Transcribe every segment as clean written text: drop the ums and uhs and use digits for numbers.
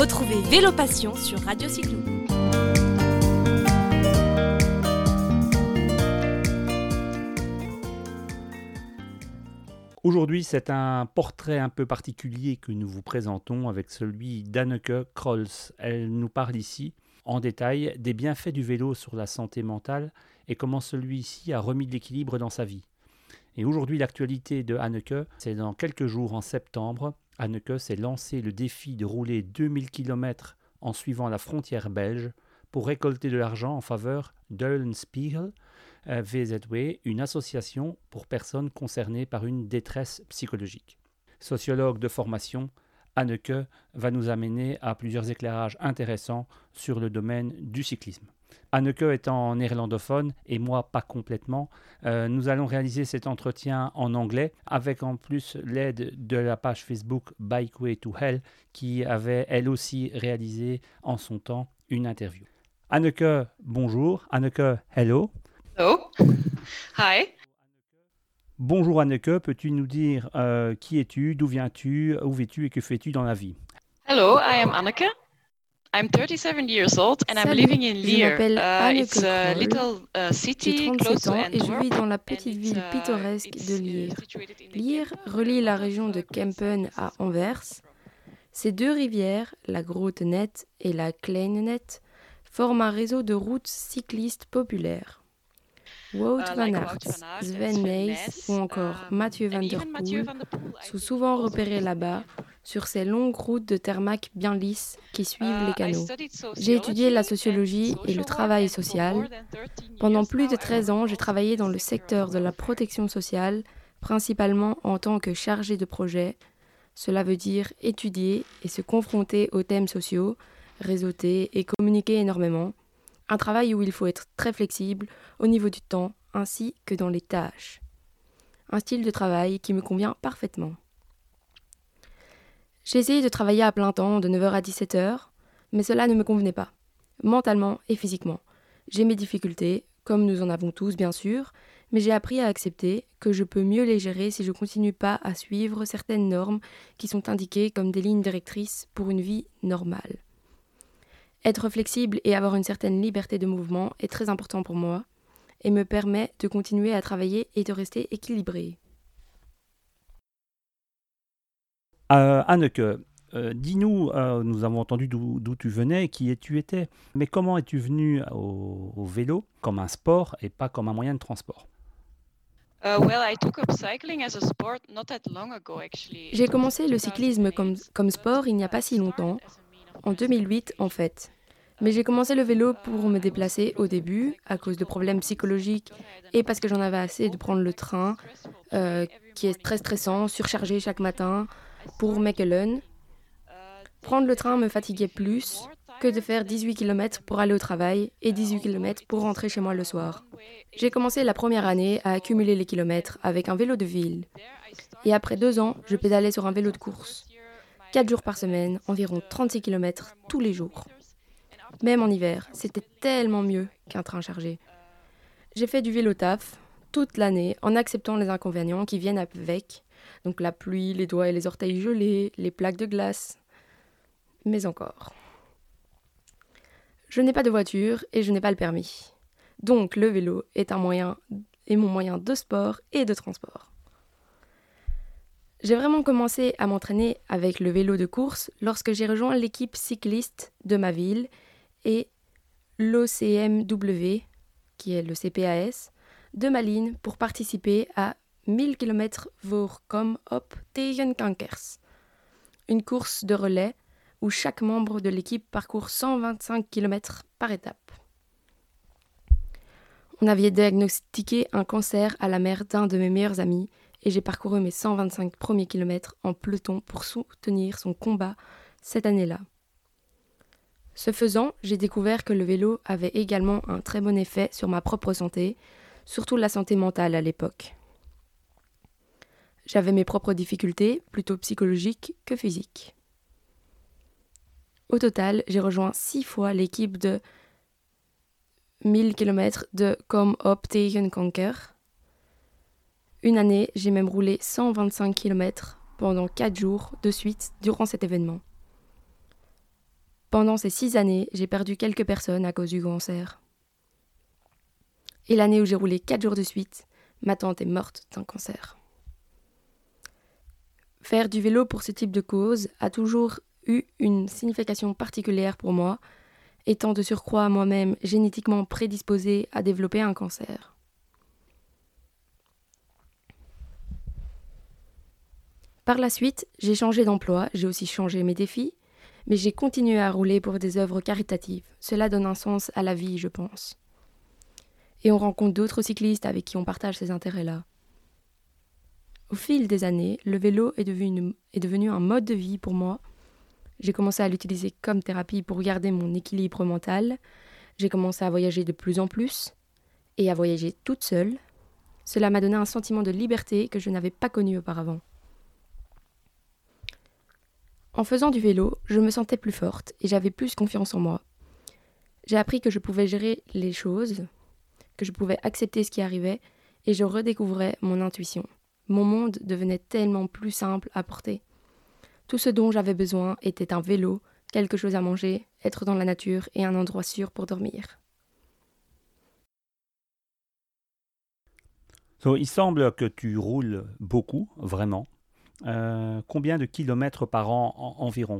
Retrouvez Vélo Passion sur Radio Cyclo. Aujourd'hui, c'est un portrait un peu particulier que nous vous présentons avec celui d'Anneke Krolls. Elle nous parle ici, en détail, des bienfaits du vélo sur la santé mentale et comment celui-ci a remis de l'équilibre dans sa vie. Et aujourd'hui, l'actualité de Anneke, c'est dans quelques jours, en septembre, Anneke s'est lancé le défi de rouler 2000 km en suivant la frontière belge pour récolter de l'argent en faveur d'Eulenspiegel VZW, une association pour personnes concernées par une détresse psychologique. Sociologue de formation, Anneke va nous amener à plusieurs éclairages intéressants sur le domaine du cyclisme. Anneke étant néerlandophone et moi pas complètement, nous allons réaliser cet entretien en anglais avec en plus l'aide de la page Facebook Bikeway to Hell qui avait elle aussi réalisé en son temps une interview. Anneke, bonjour. Anneke, hello. Hello. Hi. Bonjour Anneke, peux-tu nous dire qui es-tu, d'où viens-tu, où es-tu et que fais-tu dans la vie? Hello, I am Anneke. I'm 37 years old and I'm living in Lier. Je m'appelle Anneke It's a Krol. little city J'ai close 37 to ans et je Antwerp. vis dans la petite ville pittoresque de Lier. Lier relie la région de Kempen à Anvers. Ces deux rivières, la Grote Net et la Kleine Net, forment un réseau de routes cyclistes populaires. Wout van Aert, Sven Nys ou encore Mathieu van der Poel sont souvent repérés là-bas, sur ces longues routes de tarmac bien lisses qui suivent les canaux. J'ai étudié la sociologie et le travail social. Pendant plus de 13 ans, j'ai travaillé dans le secteur de la protection sociale, principalement en tant que chargé de projet. Cela veut dire étudier et se confronter aux thèmes sociaux, réseauter et communiquer énormément. Un travail où il faut être très flexible au niveau du temps ainsi que dans les tâches. Un style de travail qui me convient parfaitement. J'ai essayé de travailler à plein temps de 9h à 17h, mais cela ne me convenait pas, mentalement et physiquement. J'ai mes difficultés, comme nous en avons tous bien sûr, mais j'ai appris à accepter que je peux mieux les gérer si je ne continue pas à suivre certaines normes qui sont indiquées comme des lignes directrices pour une vie normale. Être flexible et avoir une certaine liberté de mouvement est très important pour moi et me permet de continuer à travailler et de rester équilibré. Anneke, dis-nous, nous avons entendu d'où tu venais et qui tu étais, mais comment es-tu venu au vélo comme un sport et pas comme un moyen de transport? J'ai commencé le cyclisme comme sport il n'y a pas si longtemps, en 2008 en fait. Mais j'ai commencé le vélo pour me déplacer au début, à cause de problèmes psychologiques et parce que j'en avais assez de prendre le train, qui est très stressant, surchargé chaque matin, pour Mechelen. Prendre le train me fatiguait plus que de faire 18 km pour aller au travail et 18 km pour rentrer chez moi le soir. J'ai commencé la première année à accumuler les kilomètres avec un vélo de ville. Et après 2 ans, je pédalais sur un vélo de course. 4 jours par semaine, environ 36 km tous les jours. Même en hiver, c'était tellement mieux qu'un train chargé. J'ai fait du vélo taf toute l'année en acceptant les inconvénients qui viennent avec, donc la pluie, les doigts et les orteils gelés, les plaques de glace. Mais encore. Je n'ai pas de voiture et je n'ai pas le permis. Donc le vélo est mon moyen de sport et de transport. J'ai vraiment commencé à m'entraîner avec le vélo de course lorsque j'ai rejoint l'équipe cycliste de ma ville et l'OCMW, qui est le CPAS, de Malines pour participer à 1000 km Voorkom op tegen Kankers, une course de relais où chaque membre de l'équipe parcourt 125 km par étape. On avait diagnostiqué un cancer à la mère d'un de mes meilleurs amis et j'ai parcouru mes 125 premiers kilomètres en peloton pour soutenir son combat cette année-là. Ce faisant, j'ai découvert que le vélo avait également un très bon effet sur ma propre santé, surtout la santé mentale à l'époque. J'avais mes propres difficultés, plutôt psychologiques que physiques. Au total, j'ai rejoint 6 fois l'équipe de 1000 km de Kom op tegen Kanker. Une année, j'ai même roulé 125 km pendant 4 jours de suite durant cet événement. Pendant ces 6 années, j'ai perdu quelques personnes à cause du cancer. Et l'année où j'ai roulé 4 jours de suite, ma tante est morte d'un cancer. Faire du vélo pour ce type de cause a toujours eu une signification particulière pour moi, étant de surcroît moi-même génétiquement prédisposée à développer un cancer. Par la suite, j'ai changé d'emploi, j'ai aussi changé mes défis, mais j'ai continué à rouler pour des œuvres caritatives. Cela donne un sens à la vie, je pense. Et on rencontre d'autres cyclistes avec qui on partage ces intérêts-là. Au fil des années, le vélo est devenu un mode de vie pour moi. J'ai commencé à l'utiliser comme thérapie pour garder mon équilibre mental. J'ai commencé à voyager de plus en plus et à voyager toute seule. Cela m'a donné un sentiment de liberté que je n'avais pas connu auparavant. En faisant du vélo, je me sentais plus forte et j'avais plus confiance en moi. J'ai appris que je pouvais gérer les choses, que je pouvais accepter ce qui arrivait et je redécouvrais mon intuition. Mon monde devenait tellement plus simple à porter. Tout ce dont j'avais besoin était un vélo, quelque chose à manger, être dans la nature et un endroit sûr pour dormir. Il semble que tu roules beaucoup, vraiment. Combien de kilomètres par an environ?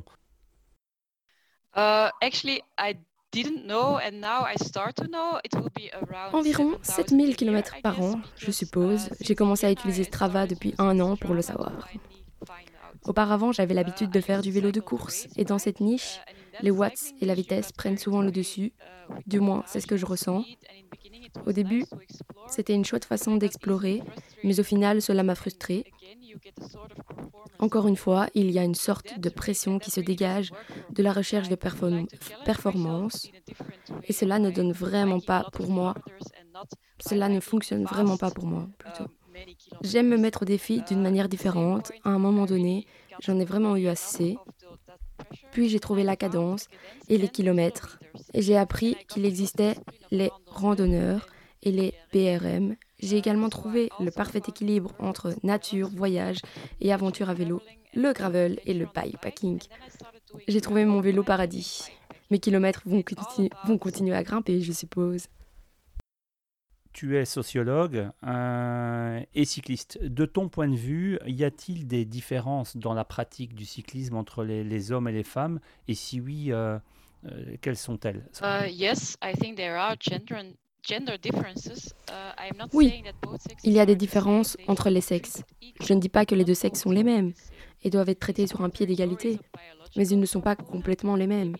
Actually, I didn't know, and now I start to know. It will be around Environ 7000 km par an, je suppose. J'ai commencé à utiliser Strava depuis 1 an pour le savoir. Auparavant, j'avais l'habitude de faire du vélo de course, et dans cette niche, les watts et la vitesse prennent souvent le dessus. Du moins, c'est ce que je ressens. Au début, c'était une chouette façon d'explorer, mais au final, cela m'a frustrée. Encore une fois, il y a une sorte de pression qui se dégage de la recherche de performance, et cela ne donne vraiment pas pour moi. Cela ne fonctionne vraiment pas pour moi, plutôt. J'aime me mettre au défi d'une manière différente. À un moment donné, j'en ai vraiment eu assez. Puis j'ai trouvé la cadence et les kilomètres. Et j'ai appris qu'il existait les randonneurs et les PRM. J'ai également trouvé le parfait équilibre entre nature, voyage et aventure à vélo, le gravel et le bikepacking. J'ai trouvé mon vélo paradis. Mes kilomètres vont continuer à grimper, je suppose. Tu es sociologue et cycliste. De ton point de vue, y a-t-il des différences dans la pratique du cyclisme entre les hommes et les femmes? Et si oui, quelles sont-elles? Yes, I think there are gender differences. I'm not Oui, saying that both sexes il y a des are différences treated entre les sexes. Je ne dis pas que les deux sexes sont les mêmes et doivent être traités sur un pied d'égalité, mais ils ne sont pas complètement les mêmes.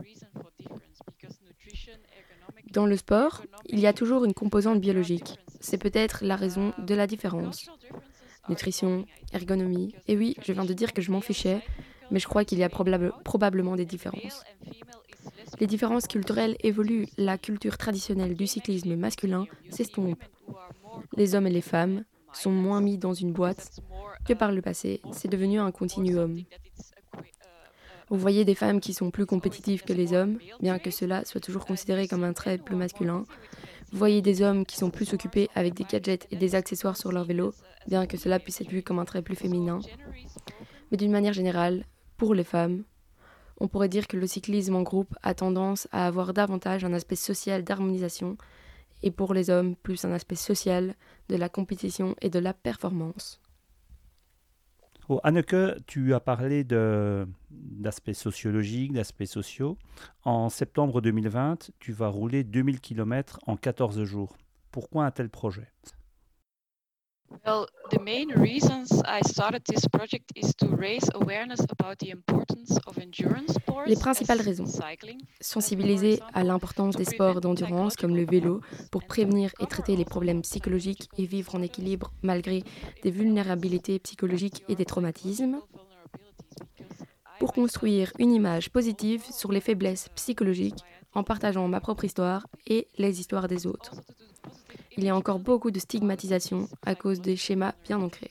Dans le sport, il y a toujours une composante biologique. C'est peut-être la raison de la différence. Nutrition, ergonomie. Et oui, je viens de dire que je m'en fichais, mais je crois qu'il y a probablement des différences. Les différences culturelles évoluent. La culture traditionnelle du cyclisme masculin s'estompe. Les hommes et les femmes sont moins mis dans une boîte que par le passé. C'est devenu un continuum. Vous voyez des femmes qui sont plus compétitives que les hommes, bien que cela soit toujours considéré comme un trait plus masculin. Vous voyez des hommes qui sont plus occupés avec des gadgets et des accessoires sur leur vélo, bien que cela puisse être vu comme un trait plus féminin. Mais d'une manière générale, pour les femmes, on pourrait dire que le cyclisme en groupe a tendance à avoir davantage un aspect social d'harmonisation, et pour les hommes, plus un aspect social de la compétition et de la performance. Oh, Anneke, tu as parlé d'aspects sociologiques, d'aspects sociaux. En septembre 2020, tu vas rouler 2000 km en 14 jours. Pourquoi un tel projet? Well, the main reasons I started this project is to raise awareness about the importance of endurance sports. Les principales raisons. Cycling. Sensibiliser à l'importance des sports d'endurance comme le vélo pour prévenir et traiter les problèmes psychologiques et vivre en équilibre malgré des vulnérabilités psychologiques et des traumatismes. Pour construire une image positive sur les faiblesses psychologiques en partageant ma propre histoire et les histoires des autres. Il y a encore beaucoup de stigmatisation à cause des schémas bien ancrés.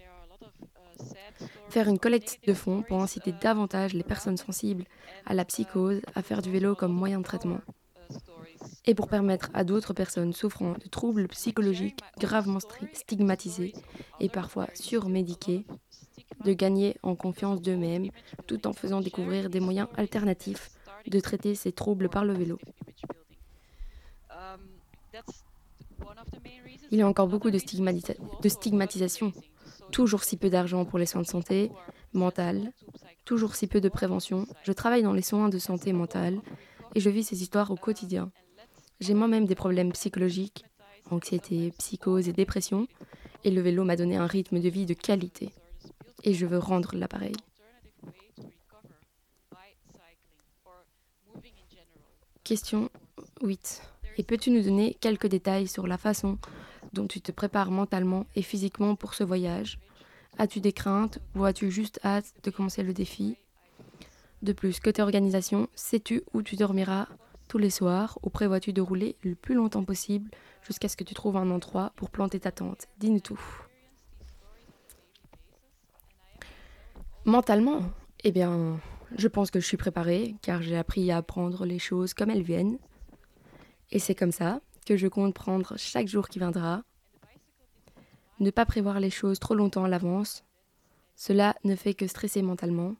Faire une collecte de fonds pour inciter davantage les personnes sensibles à la psychose à faire du vélo comme moyen de traitement. Et pour permettre à d'autres personnes souffrant de troubles psychologiques gravement stigmatisés et parfois surmédiqués de gagner en confiance d'eux-mêmes tout en faisant découvrir des moyens alternatifs de traiter ces troubles par le vélo. Il y a encore beaucoup de stigmatisation. Toujours si peu d'argent pour les soins de santé mentale, toujours si peu de prévention. Je travaille dans les soins de santé mentale et je vis ces histoires au quotidien. J'ai moi-même des problèmes psychologiques, anxiété, psychose et dépression, et le vélo m'a donné un rythme de vie de qualité. Et je veux rendre l'appareil. Question 8. Et peux-tu nous donner quelques détails sur la façon dont tu te prépares mentalement et physiquement pour ce voyage ? As-tu des craintes ou as-tu juste hâte de commencer le défi ? De plus, côté organisation, sais-tu où tu dormiras tous les soirs ou prévois-tu de rouler le plus longtemps possible jusqu'à ce que tu trouves un endroit pour planter ta tente ? Dis-nous tout. Mentalement, eh bien, je pense que je suis préparée car j'ai appris à prendre les choses comme elles viennent. Et c'est comme ça que je compte prendre chaque jour qui viendra. Ne pas prévoir les choses trop longtemps à l'avance, cela ne fait que stresser mentalement.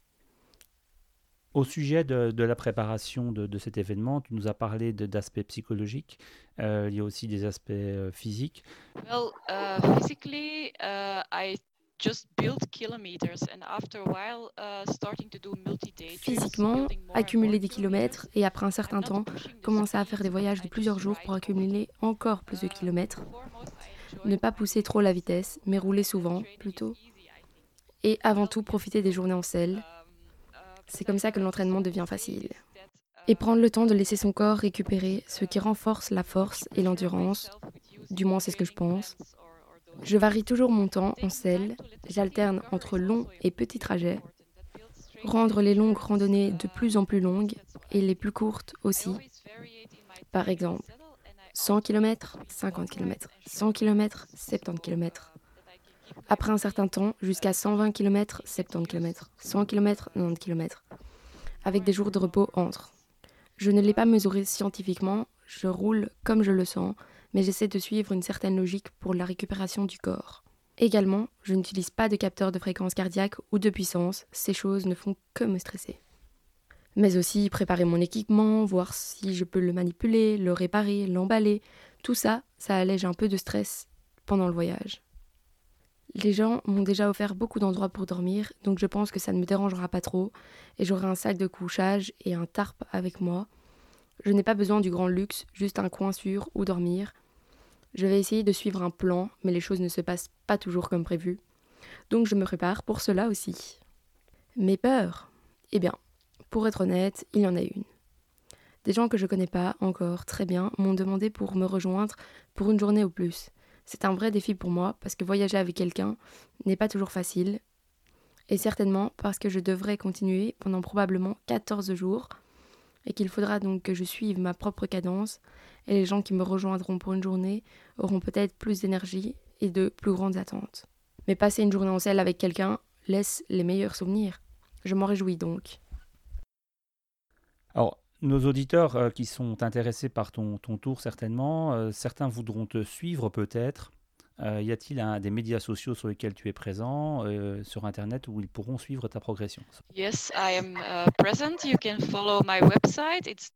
Au sujet de la préparation de cet événement, tu nous as parlé d'aspects psychologiques, il y a aussi des aspects physiques. Well, physically, I just built kilometers and after a while starting to do multi-day trips, Physiquement, building more and accumuler more des kilomètres et après un certain temps, commencer à faire des voyages de plusieurs jours pour accumuler encore plus de kilomètres. Ne pas pousser trop la vitesse, mais rouler souvent, plutôt. Et avant tout, profiter des journées en selle. C'est comme ça que l'entraînement devient facile. Et prendre le temps de laisser son corps récupérer, ce qui renforce la force et l'endurance. Du moins, c'est ce que je pense. Je varie toujours mon temps en selle. J'alterne entre longs et petits trajets. Rendre les longues randonnées de plus en plus longues et les plus courtes aussi. Par exemple, 100 km, 50 km, 100 km, 70 km. Après un certain temps, jusqu'à 120 km, 70 km, 100 km, 90 km, avec des jours de repos entre. Je ne l'ai pas mesuré scientifiquement, je roule comme je le sens, mais j'essaie de suivre une certaine logique pour la récupération du corps. Également, je n'utilise pas de capteur de fréquence cardiaque ou de puissance, ces choses ne font que me stresser. Mais aussi préparer mon équipement, voir si je peux le manipuler, le réparer, l'emballer, tout ça, ça allège un peu de stress pendant le voyage. Les gens m'ont déjà offert beaucoup d'endroits pour dormir, donc je pense que ça ne me dérangera pas trop, et j'aurai un sac de couchage et un tarp avec moi. Je n'ai pas besoin du grand luxe, juste un coin sûr où dormir. Je vais essayer de suivre un plan, mais les choses ne se passent pas toujours comme prévu. Donc je me prépare pour cela aussi. Mes peurs ? Eh bien, pour être honnête, il y en a une. Des gens que je connais pas encore très bien m'ont demandé pour me rejoindre pour une journée ou plus. C'est un vrai défi pour moi parce que voyager avec quelqu'un n'est pas toujours facile. Et certainement parce que je devrais continuer pendant probablement 14 jours et qu'il faudra donc que je suive ma propre cadence et les gens qui me rejoindront pour une journée auront peut-être plus d'énergie et de plus grandes attentes. Mais passer une journée en selle avec quelqu'un laisse les meilleurs souvenirs. Je m'en réjouis donc. Alors, nos auditeurs qui sont intéressés par ton tour certainement, certains voudront te suivre peut-être. Y a-t-il des médias sociaux sur lesquels tu es présent, sur Internet, où ils pourront suivre ta progression ? Yes, I am present. You can follow my website. It's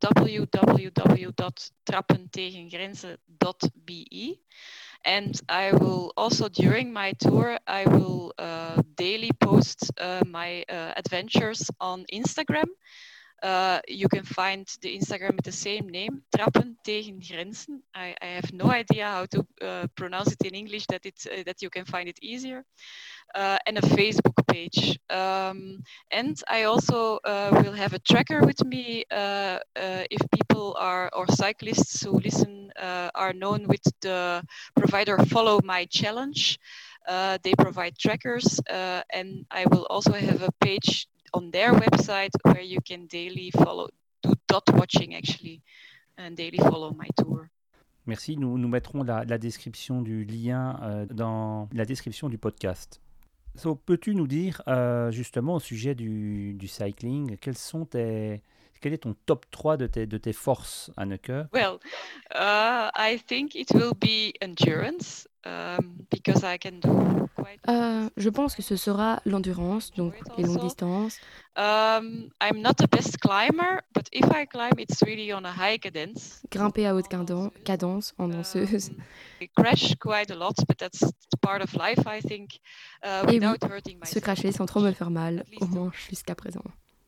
www.trappentegengrenzen.be. And I will also, during my tour, I will daily post my adventures on Instagram. You can find the Instagram with the same name, Trappen tegen Grenzen. I have no idea how to pronounce it in English that you can find it easier. And a Facebook page. And I also will have a tracker with me if people or cyclists who listen are known with the provider Follow My Challenge. They provide trackers and I will also have a page on their website where you can daily do dot watching actually, and daily follow my tour. Merci, nous mettrons la description du lien dans la description du podcast. So, peux-tu nous dire justement au sujet du cycling, quel est ton top 3 de tes forces, Anneke? Well, I think it will be endurance because I can do Je pense que ce sera l'endurance, donc les longues distances. I'm not the best climber, but if I climb, it's really on a high cadence. Grimper à haute cadence en danseuse. I crash quite a lot, but that's part of life, I think. Et oui, Without hurting myself. se cracher sans trop me faire mal, au moins jusqu'à présent.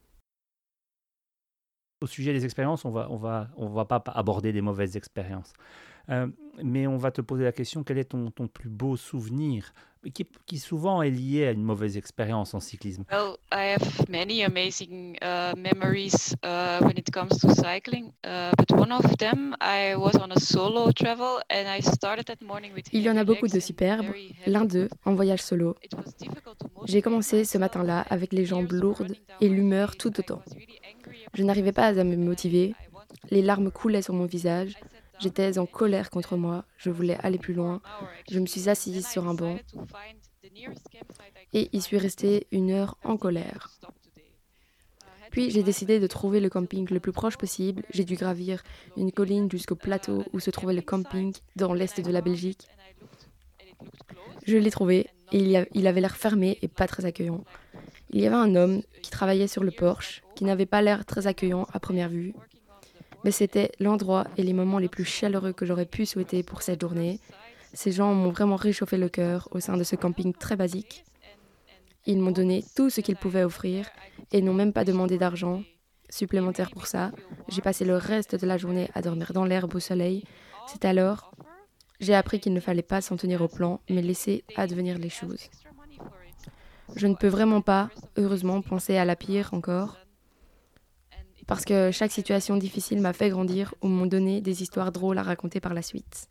Au sujet des expériences, on va pas aborder des mauvaises expériences. Mais on va te poser la question, quel est ton plus beau souvenir qui souvent est lié à une mauvaise expérience en cyclisme? Well, I have many amazing memories when it comes to cycling, but one of them, I was on a solo travel and I started that morning with Il y en a heavy beaucoup legs de and superbes, very heavy l'un d'eux foot. en voyage solo. It was difficult to J'ai motivate commencé ce myself. matin-là avec les jambes Tears were lourdes running down et my l'humeur face. tout I autant. was really angry Je about n'arrivais pas à me it, motiver, I wanted to les quit. larmes coulaient sur mon visage, I sat down j'étais en and colère contre moi, je voulais aller plus loin. for an hour, Je me actually. suis assise Then I sur un banc decided to find the nearest campsite I could et y suis find. restée 1 heure en colère. Puis j'ai décidé de trouver le camping le plus proche possible. J'ai dû gravir une colline jusqu'au plateau où se trouvait le camping dans l'est de la Belgique. Je l'ai trouvé et il avait l'air fermé et pas très accueillant. Il y avait un homme qui travaillait sur le porche, qui n'avait pas l'air très accueillant à première vue. Mais c'était l'endroit et les moments les plus chaleureux que j'aurais pu souhaiter pour cette journée. Ces gens m'ont vraiment réchauffé le cœur au sein de ce camping très basique. Ils m'ont donné tout ce qu'ils pouvaient offrir et n'ont même pas demandé d'argent supplémentaire pour ça. J'ai passé le reste de la journée à dormir dans l'herbe au soleil. C'est alors j'ai appris qu'il ne fallait pas s'en tenir au plan, mais laisser advenir les choses. Je ne peux vraiment pas, heureusement, penser à la pire encore, parce que chaque situation difficile m'a fait grandir ou m'ont donné des histoires drôles à raconter par la suite.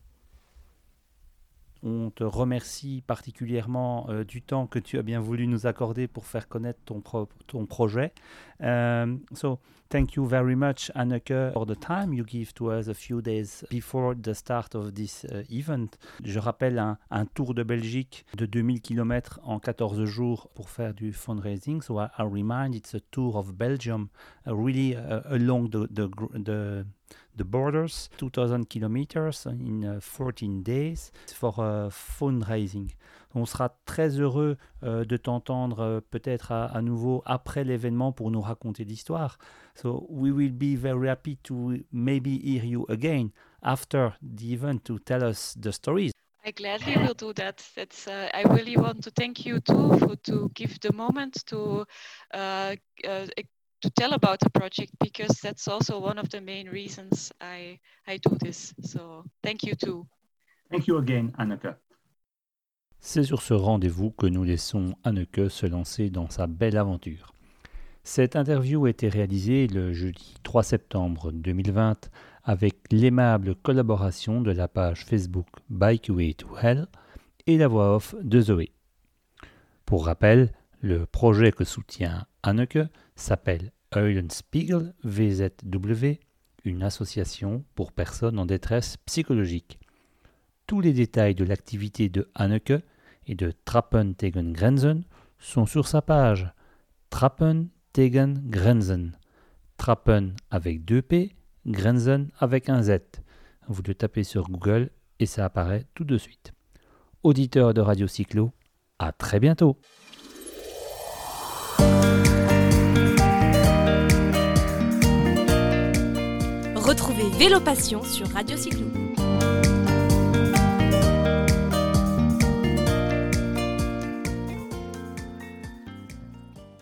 On te remercie particulièrement du temps que tu as bien voulu nous accorder pour faire connaître ton projet. So, thank you very much, Anneke, for the time you give to us a few days before the start of this event. Je rappelle un tour de Belgique de 2000 km en 14 jours pour faire du fundraising. So, I remind, it's a tour of Belgium, really along the borders, 2000 kilometers in 14 days for fundraising. On sera très heureux de t'entendre peut-être à nouveau après l'événement pour nous raconter l'histoire. So we will be very happy to maybe hear you again after the event to tell us the stories. I gladly will do that. I really want to thank you too to give the moment to tell about the project, because that's also one of the main reasons I do this. So thank you too. Thank you again, Anneke. C'est sur ce rendez-vous que nous laissons Anneke se lancer dans sa belle aventure. Cette interview a été réalisée le jeudi 3 septembre 2020 avec l'aimable collaboration de la page Facebook Bikeway to Hell et la voix off de Zoé. Pour rappel, le projet que soutient Anneke s'appelle Eulenspiegel VZW, une association pour personnes en détresse psychologique. Tous les détails de l'activité de Anneke et de Trappen tegen Grenzen sont sur sa page Trappen tegen Grenzen. Trappen avec 2 P, Grenzen avec un Z. Vous le tapez sur Google et ça apparaît tout de suite. Auditeurs de Radio Cyclo, à très bientôt. Retrouvez Vélo Passion sur Radio Cyclo.